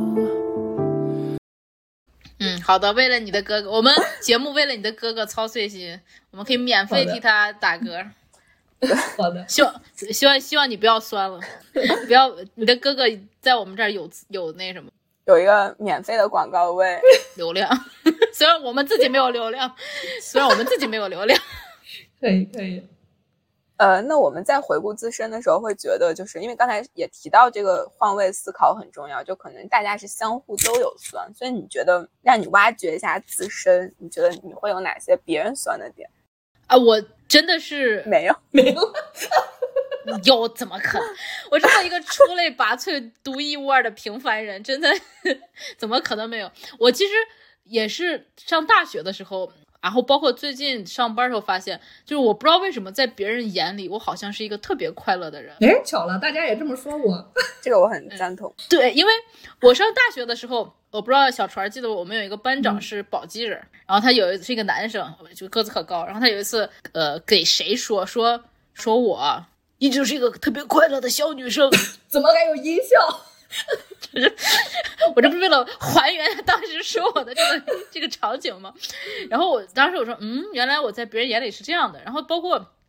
Speaker 2: 嗯，好的，为了你的哥哥，我们节目为了你的哥哥操碎心，我们可以免费替他打歌。
Speaker 1: 好的，
Speaker 2: 希望希望希望你不要酸了，不要你的哥哥在我们这儿有有那什么，
Speaker 3: 有一个免费的广告位
Speaker 2: 流量，虽然我们自己没有流量，虽然我们自己没有流量，
Speaker 1: 可以可以。
Speaker 3: 呃，那我们在回顾自身的时候，会觉得就是因为刚才也提到这个换位思考很重要，就可能大家是相互都有酸，所以你觉得让你挖掘一下自身，你觉得你会有哪些别人酸的点？
Speaker 2: 啊，我真的是
Speaker 3: 没有
Speaker 1: 没有
Speaker 2: 有怎么可能？我这么一个出类拔萃、独一无二的平凡人，真的怎么可能没有？我其实也是上大学的时候，然后包括最近上班的时候发现，就是我不知道为什么在别人眼里，我好像是一个特别快乐的人。
Speaker 1: 哎，巧了，大家也这么说我，
Speaker 3: 这个我很赞同、嗯。
Speaker 2: 对，因为我上大学的时候。我不知道小船记得我们有一个班长是宝鸡人、嗯、然后他有一次是一个男生，就个子可高，然后他有一次呃给谁说说说我一直是一个特别快乐的小女生。
Speaker 1: 怎么还有音效？
Speaker 2: 我这不是为了还原他当时说我的这个这个场景吗？然后我当时我说嗯，原来我在别人眼里是这样的。然后包括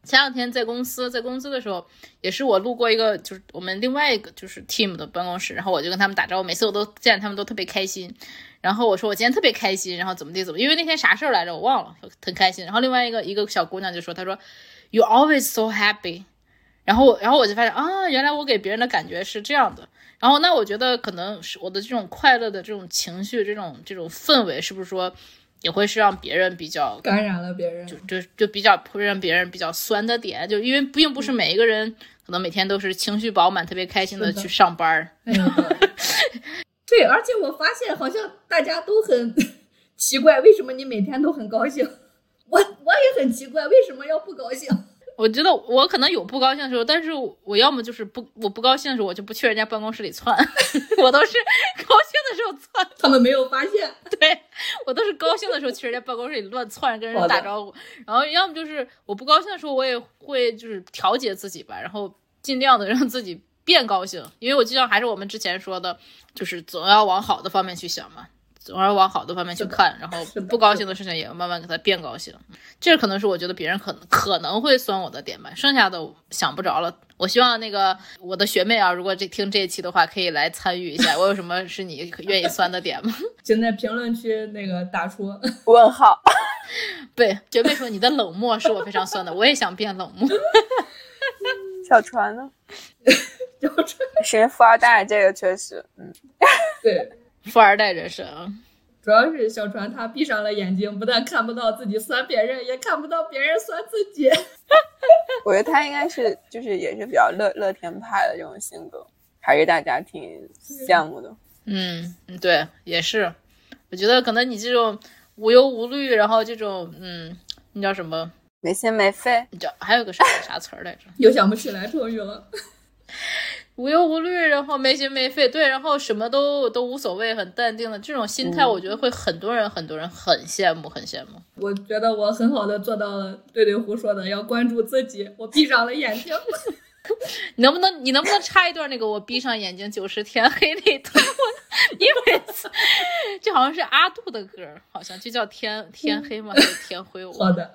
Speaker 2: 前两天在公司，在公司的时候，也是我路过一个，就是我们另外一个就是 team 的办公室，然后我就跟他们打招呼，每次我都见他们都特别开心。然后我说我今天特别开心，然后怎么地怎么，因为那天啥事儿来着我忘了，很开心。然后另外一个一个小姑娘就说，她说 You always so happy。然后我然后我就发现啊，原来我给别人的感觉是这样的。然后那我觉得可能是我的这种快乐的这种情绪，这种这种氛围，是不是说？也会是让别人比较
Speaker 1: 感染了别人，
Speaker 2: 就就就比较会让别人比较酸的点，就因为并不是每一个人可能每天都是情绪饱满、特别开心的去上班。
Speaker 1: 对，而且我发现好像大家都很奇怪，为什么你每天都很高兴？我我也很奇怪，为什么要不高兴？
Speaker 2: 我觉得我可能有不高兴的时候，但是我要么就是不我不高兴的时候，我就不去人家办公室里窜，我都是高兴的时候窜，
Speaker 1: 他们没有发现。
Speaker 2: 对，我都是高兴的时候去人家办公室里乱窜，跟人打招呼。然后要么就是我不高兴的时候，我也会就是调节自己吧，然后尽量的让自己变高兴，因为我就像还是我们之前说的，就是总要往好的方面去想嘛。总要往好的方面去看，然后不高兴的事情也要慢慢给它变高兴。这可能是我觉得别人可能可能会酸我的点吧，剩下的想不着了。我希望那个我的学妹啊，如果这听这一期的话，可以来参与一下。我有什么是你愿意酸的点吗？
Speaker 1: 请在评论区那个打出
Speaker 3: 问号。
Speaker 2: 对，学妹说你的冷漠是我非常酸的，我也想变冷漠。
Speaker 3: 小船呢？
Speaker 1: 小船
Speaker 3: 是富二代，这个确实，嗯，
Speaker 1: 对。
Speaker 2: 富二代人生啊，
Speaker 1: 主要是小船他闭上了眼睛，不但看不到自己酸别人，也看不到别人酸自己。
Speaker 3: 我觉得他应该是就是也是比较乐乐天派的这种性格，还是大家挺羡慕的。
Speaker 2: 嗯，对，也是。我觉得可能你这种无忧无虑，然后这种嗯，你叫什么？
Speaker 3: 没心没肺。
Speaker 2: 你知道还有个啥啥词儿来着？
Speaker 1: 又想不起来成语了。
Speaker 2: 无忧无虑，然后没心没肺，对，然后什么都都无所谓，很淡定的这种心态，我觉得会很多人、嗯、很多人很羡慕，很羡慕。
Speaker 1: 我觉得我很好的做到了对对胡说的，要关注自己。我闭上了眼睛。
Speaker 2: 你能不能你能不能插一段那个我闭上眼睛九十天黑那一段？因为这好像是阿杜的歌，好像就叫天天黑吗？还是天灰？
Speaker 1: 好的。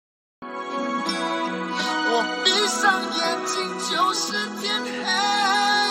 Speaker 4: 我闭上眼睛就是天黑。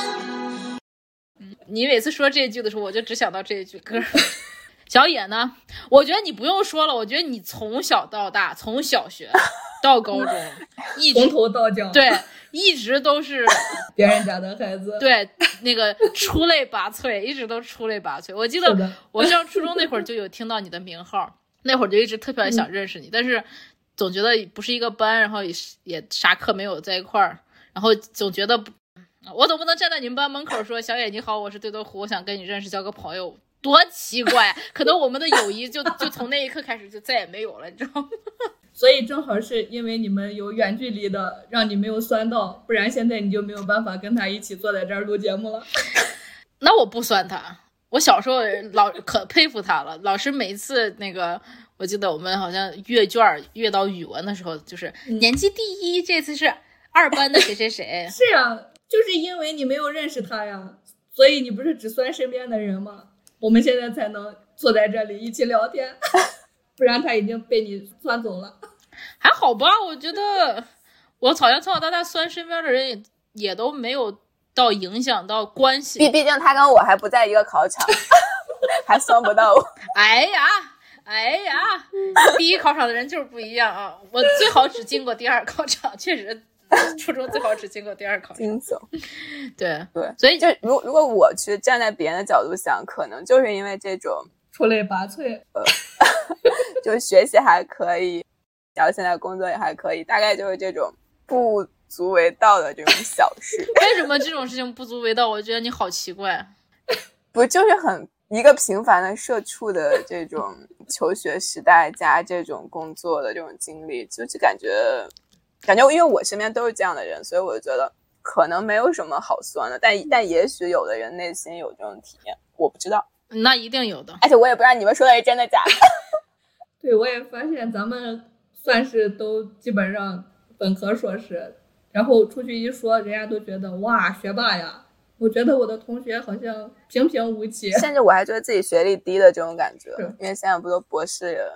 Speaker 2: 你每次说这一句的时候，我就只想到这一句歌。小野呢？我觉得你不用说了，我觉得你从小到大，从小学到高中，一直
Speaker 1: 从头到脚，
Speaker 2: 对，一直都是
Speaker 1: 别人家的孩子，
Speaker 2: 对，那个出类拔萃，一直都出类拔萃。我记得我上初中那会儿就有听到你的名号，那会儿就一直特别想认识你，嗯、但是总觉得不是一个班，然后也也啥课没有在一块儿，然后总觉得我总不能站在你们班门口说小野你好，我是对对胡，我想跟你认识交个朋友，多奇怪！可能我们的友谊就就从那一刻开始就再也没有了，你知道吗？
Speaker 1: 所以正好是因为你们有远距离的，让你没有酸到，不然现在你就没有办法跟他一起坐在这儿录节目了。
Speaker 2: 那我不酸他，我小时候老可佩服他了，老师每次那个。我记得我们好像阅卷阅到语文的时候，就是年级第一，嗯、这次是二班的谁谁谁。
Speaker 1: 是呀，就是因为你没有认识他呀，所以你不是只酸身边的人吗？我们现在才能坐在这里一起聊天，不然他已经被你酸走了。
Speaker 2: 还好吧，我觉得我好像从小到大酸身边的人也也都没有到影响到关系。
Speaker 3: 毕毕竟他跟我还不在一个考场，还酸不到我。
Speaker 2: 哎呀。哎呀，第一考场的人就是不一样啊！我最好只进过第二考场，确实，初中最好只进过第二考场。
Speaker 3: 惊悚。
Speaker 2: 对
Speaker 3: 对，
Speaker 2: 所以
Speaker 3: 就如如果我去站在别人的角度想，可能就是因为这种
Speaker 1: 出类拔萃，
Speaker 3: 呃，就学习还可以，然后现在工作也还可以，大概就是这种不足为道的这种小事。
Speaker 2: 为什么这种事情不足为道？我觉得你好奇怪。
Speaker 3: 不就是很。一个平凡的社畜的这种求学时代加这种工作的这种经历，就是感觉感觉因为我身边都是这样的人，所以我就觉得可能没有什么好酸的，但但也许有的人内心有这种体验，我不知道。
Speaker 2: 那一定有的，
Speaker 3: 而且我也不知道你们说的是真的假的。
Speaker 1: 对，我也发现咱们算是都基本上本科硕士，然后出去一说，人家都觉得哇学霸呀。我觉得我的同学好像平平无奇，
Speaker 3: 甚至我还觉得自己学历低的这种感觉，因为现在不都博士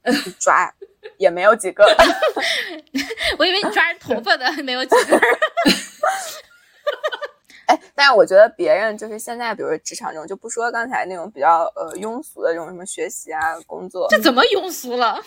Speaker 3: 抓也没有几个。
Speaker 2: 我以为你抓人头发的没有几个。
Speaker 3: 哎，但是我觉得别人就是现在，比如说职场中，就不说刚才那种比较呃庸俗的这种什么学习啊、工作，
Speaker 2: 这怎么庸俗了？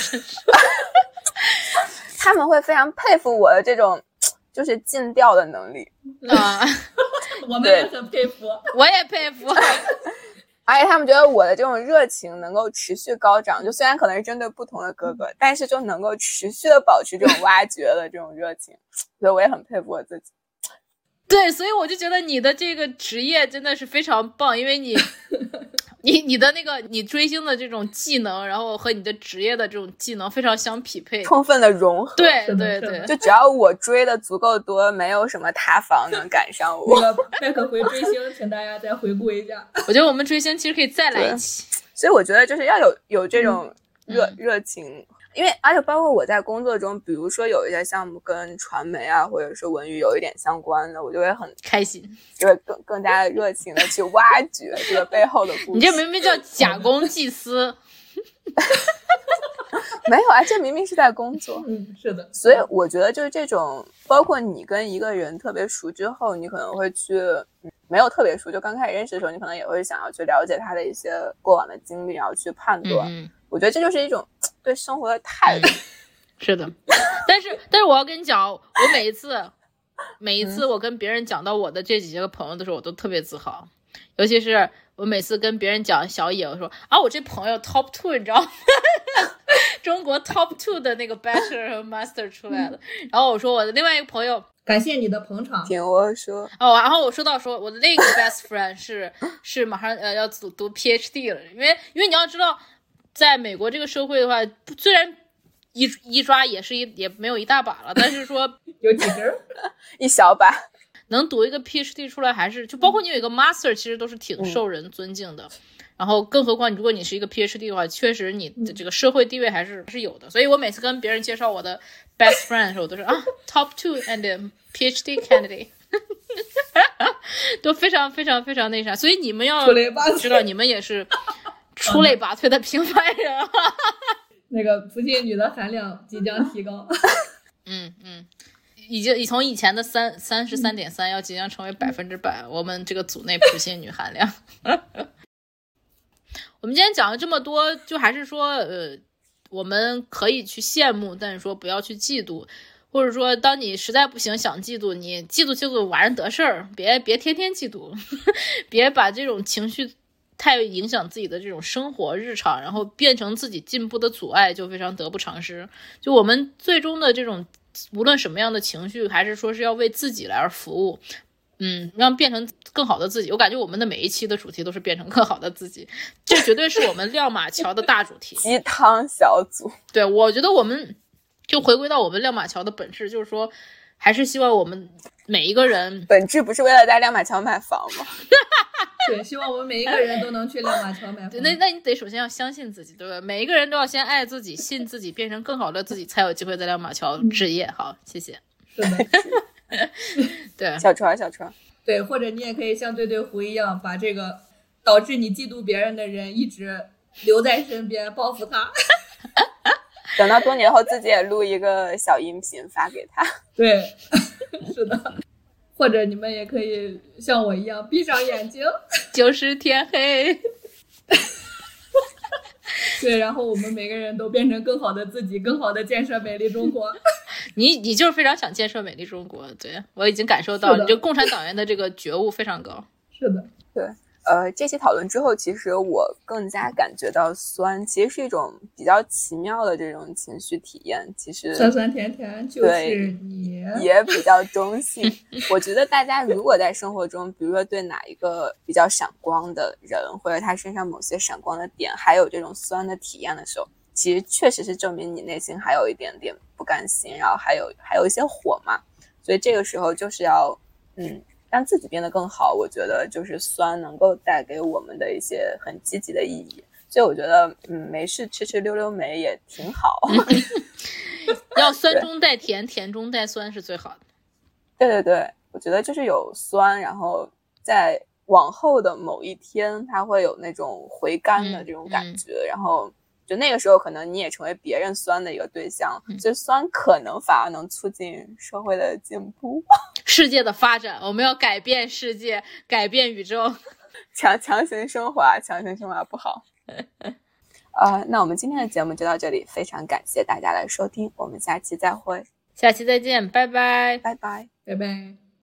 Speaker 3: 他们会非常佩服我的这种就是尽调的能力
Speaker 2: 啊。
Speaker 1: 我们也很佩服，
Speaker 2: 我也佩服。
Speaker 3: 而且他们觉得我的这种热情能够持续高涨，就虽然可能是针对不同的哥哥，但是就能够持续的保持这种挖掘的这种热情，所以我也很佩服我自己。
Speaker 2: 对，所以我就觉得你的这个职业真的是非常棒，因为你你你的那个你追星的这种技能，然后和你的职业的这种技能非常相匹配，
Speaker 3: 充分的融合。
Speaker 2: 对对对，
Speaker 3: 就只要我追的足够多，没有什么塌房能赶上我。
Speaker 1: 那个麦克回追星，请大家再回顾一下。
Speaker 2: 我觉得我们追星其实可以再来一期。
Speaker 3: 所以我觉得就是要有有这种热、
Speaker 2: 嗯、
Speaker 3: 热情。因为而且包括我在工作中，比如说有一些项目跟传媒啊或者是文娱有一点相关的，我就会很
Speaker 2: 开心，
Speaker 3: 就会更更加的热情的去挖掘这个背后的故事。
Speaker 2: 你这明明叫假公济私。
Speaker 3: 没有啊，这明明是在工作。
Speaker 1: 嗯，是的。
Speaker 3: 所以我觉得就是这种，包括你跟一个人特别熟之后，你可能会去、嗯、没有特别熟，就刚开始认识的时候，你可能也会想要去了解他的一些过往的经历，然后去判断。
Speaker 2: 嗯，
Speaker 3: 我觉得这就是一种对生活的态度。
Speaker 2: 嗯、是的，但是但是我要跟你讲，我每一次每一次我跟别人讲到我的这几个朋友的时候，我都特别自豪，尤其是我每次跟别人讲小野，我说啊，我这朋友 top two， 你知道吗？中国 top two 的那个 bachelor 和 master 出来了。然后我说我的另外一个朋友，
Speaker 1: 感谢你的捧场。
Speaker 3: 听我说
Speaker 2: 哦，然后我说到说我的那个 best friend 是是马上呃要读读 PhD 了，因为因为你要知道，在美国这个社会的话，虽然一一抓也是一也没有一大把了，但是说
Speaker 1: 有几根
Speaker 3: 一小把。
Speaker 2: 能读一个 PhD 出来，还是就包括你有一个 master， 其实都是挺受人尊敬的。嗯、然后更何况如果你是一个 PhD 的话，确实你的这个社会地位还是、嗯、是有的。所以我每次跟别人介绍我的 best friend 的时候，我都是啊 top two and PhD candidate， 都非常非常非常那啥。所以你们要知道，你们也是出类拔萃的平凡人啊。
Speaker 1: 那个普信女的含量即将提高。
Speaker 2: 嗯嗯。已经从以前的三三十三点三要即将成为百分之百，我们这个组内普信女含量。我们今天讲了这么多，就还是说，呃，我们可以去羡慕，但是说不要去嫉妒，或者说，当你实在不行想嫉妒，你嫉妒嫉妒晚上得事儿，别别天天嫉妒，别把这种情绪太影响自己的这种生活日常，然后变成自己进步的阻碍，就非常得不偿失。就我们最终的这种。无论什么样的情绪，还是说是要为自己来而服务，嗯，让变成更好的自己。我感觉我们的每一期的主题都是变成更好的自己，这绝对是我们亮马桥的大主题。
Speaker 3: 鸡汤小组，
Speaker 2: 对，我觉得我们就回归到我们亮马桥的本质，就是说，还是希望我们每一个人，
Speaker 3: 本质不是为了在亮马桥买房吗？
Speaker 1: 对，希望我们每一个人都能去亮马桥买房。
Speaker 2: 那那你得首先要相信自己，对吧？每一个人都要先爱自己，信自己，变成更好的自己，才有机会在亮马桥置业。好，谢谢。
Speaker 1: 是的。
Speaker 2: 对，
Speaker 3: 小川，小川。
Speaker 1: 对，或者你也可以像对对胡一样，把这个导致你嫉妒别人的人一直留在身边，报复他。
Speaker 3: 等到多年后，自己也录一个小音频发给他。
Speaker 1: 对，是的。或者你们也可以像我一样闭上眼睛，
Speaker 2: 就是天黑。
Speaker 1: 对，然后我们每个人都变成更好的自己，更好的建设美丽中国。
Speaker 2: 你你就是非常想建设美丽中国，对，我已经感受到你这共产党员的这个觉悟非常高。
Speaker 1: 是的，
Speaker 3: 对。呃，这期讨论之后，其实我更加感觉到酸其实是一种比较奇妙的这种情绪体验。其实
Speaker 1: 酸酸甜甜就是你，
Speaker 3: 也比较中性。我觉得大家如果在生活中，比如说对哪一个比较闪光的人，或者他身上某些闪光的点，还有这种酸的体验的时候，其实确实是证明你内心还有一点点不甘心，然后还有还有一些火嘛。所以这个时候就是要嗯。让自己变得更好，我觉得就是酸能够带给我们的一些很积极的意义，所以我觉得嗯，没事吃吃溜溜梅也挺好。
Speaker 2: 要酸中带甜，甜中带酸是最好的。
Speaker 3: 对对对，我觉得就是有酸，然后在往后的某一天它会有那种回甘的这种感觉、嗯嗯、然后就那个时候可能你也成为别人酸的一个对象，
Speaker 2: 嗯、
Speaker 3: 所以酸可能反而能促进社会的进步，
Speaker 2: 世界的发展。我们要改变世界，改变宇宙。
Speaker 3: 强强行升华，强行升华不好。呃，那我们今天的节目就到这里，非常感谢大家的收听，我们下期再会，
Speaker 2: 下期再见，拜拜，
Speaker 3: 拜拜，
Speaker 1: 拜拜。